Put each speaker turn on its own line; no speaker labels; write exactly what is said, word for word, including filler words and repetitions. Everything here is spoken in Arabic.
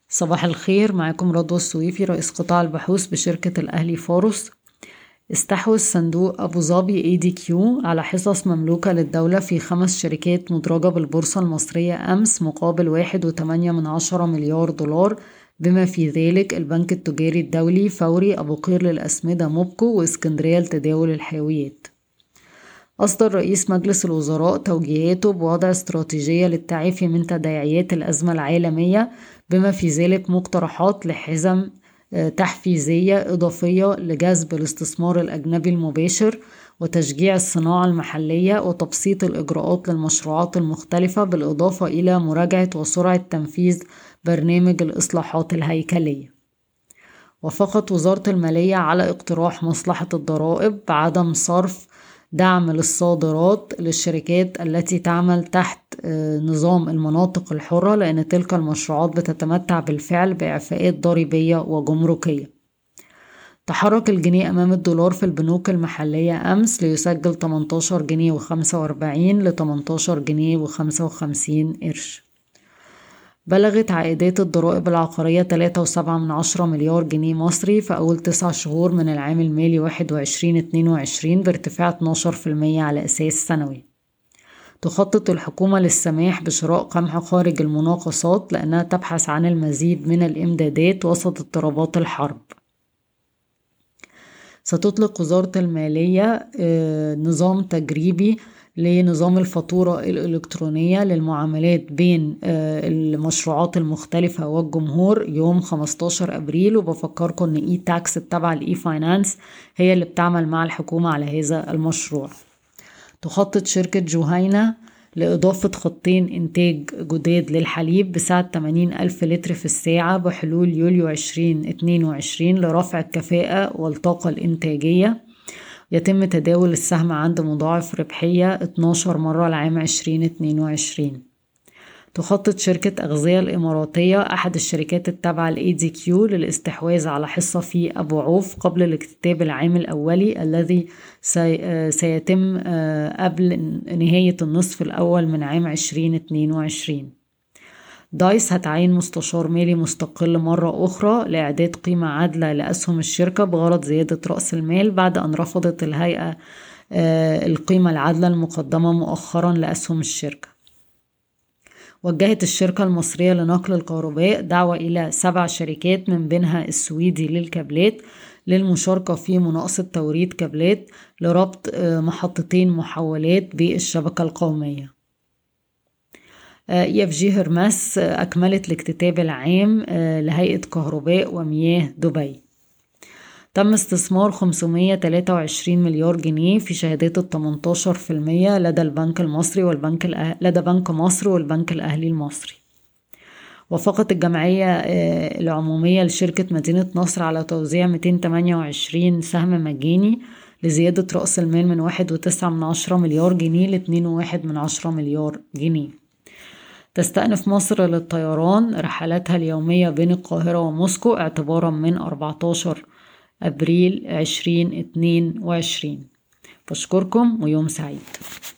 صباح الخير، معاكم رضوى السويفي رئيس قطاع البحوث بشركة الأهلي فورس. استحوذ صندوق أبو ظبي اي دي كيو على حصص مملوكة للدولة في خمس شركات مدرجة بالبورصة المصرية أمس مقابل واحد وتمانية من عشرة مليار دولار، بما في ذلك البنك التجاري الدولي، فوري، أبو قير للأسمدة موبكو، واسكندرية لتداول الحاويات. أصدر رئيس مجلس الوزراء توجيهاته بوضع استراتيجية للتعافي من تداعيات الأزمة العالمية، بما في ذلك مقترحات لحزم تحفيزية إضافية لجذب الاستثمار الأجنبي المباشر وتشجيع الصناعة المحلية وتبسيط الإجراءات للمشروعات المختلفة، بالإضافة إلى مراجعة وسرعة تنفيذ برنامج الإصلاحات الهيكلية. وافقت وزارة المالية على اقتراح مصلحة الضرائب بعدم صرف دعم للصادرات للشركات التي تعمل تحت نظام المناطق الحرة، لأن تلك المشروعات بتتمتع بالفعل بإعفاءات ضريبية وجمركية. تحرك الجنيه أمام الدولار في البنوك المحلية أمس ليسجل تمنتاشر جنيه وخمسة وأربعين ل تمنتاشر جنيه وخمسة وخمسين قرش. بلغت عائدات الضرائب العقارية تلاتة وسبعة من عشرة مليار جنيه مصري في أول تسع شهور من العام المالي واحد وعشرين اتنين وعشرين، بارتفاع اتناشر في المية على أساس سنوي. تخطط الحكومة للسماح بشراء قمح خارج المناقصات لأنها تبحث عن المزيد من الإمدادات وسط اضطرابات الحرب. ستطلق وزارة المالية نظام تجريبي لنظام الفاتورة الإلكترونية للمعاملات بين المشروعات المختلفة والجمهور يوم خمستاشر أبريل. وبفكركم أن إي تاكس التابعة لإي فاينانس هي اللي بتعمل مع الحكومة على هذا المشروع. تخطط شركة جهينة لإضافة خطين إنتاج جداد للحليب بسعة ثمانين ألف لتر في الساعة بحلول يوليو عشرين اتنين وعشرين لرفع الكفاءة والطاقة الإنتاجية. يتم تداول السهم عند مضاعف ربحية اتناشر مرة العام عشرين اتنين وعشرين. تخطط شركة أغذية الإماراتية أحد الشركات التابعة لإي دي كيو للاستحواذ على حصة في أبو عوف قبل الاكتتاب العام الأولي الذي سيتم قبل نهاية النصف الأول من عام عشرين اتنين وعشرين. دايس هتعين مستشار مالي مستقل مرة أخرى لإعداد قيمة عادلة لأسهم الشركة بغرض زيادة رأس المال، بعد أن رفضت الهيئة القيمة العادلة المقدمة مؤخرا لأسهم الشركة. وجهت الشركة المصرية لنقل الكهرباء دعوة إلى سبع شركات من بينها السويدي للكابلات للمشاركة في مناقصة توريد كابلات لربط محطتين محولات بالشبكة القومية. اي اف جي هرمس أكملت الاكتتاب العام لهيئة كهرباء ومياه دبي. تم استثمار خمسمية وتلاتة وعشرين مليار جنيه في شهادات التمنتاشر في المية لدى البنك المصري والبنك الأه... لدى بنك مصر والبنك الأهلي المصري. وافقت الجمعية العمومية لشركة مدينة نصر على توزيع مئتين وتمانية وعشرين سهم مجاني لزيادة رأس المال من واحد وتسعة من عشرة مليار جنيه لاتنين وواحد من عشرة مليار جنيه. تستأنف مصر للطيران رحلاتها اليومية بين القاهرة وموسكو اعتبارا من أربعتاشر أبريل عشرين اتنين وعشرين. بشكركم ويوم سعيد.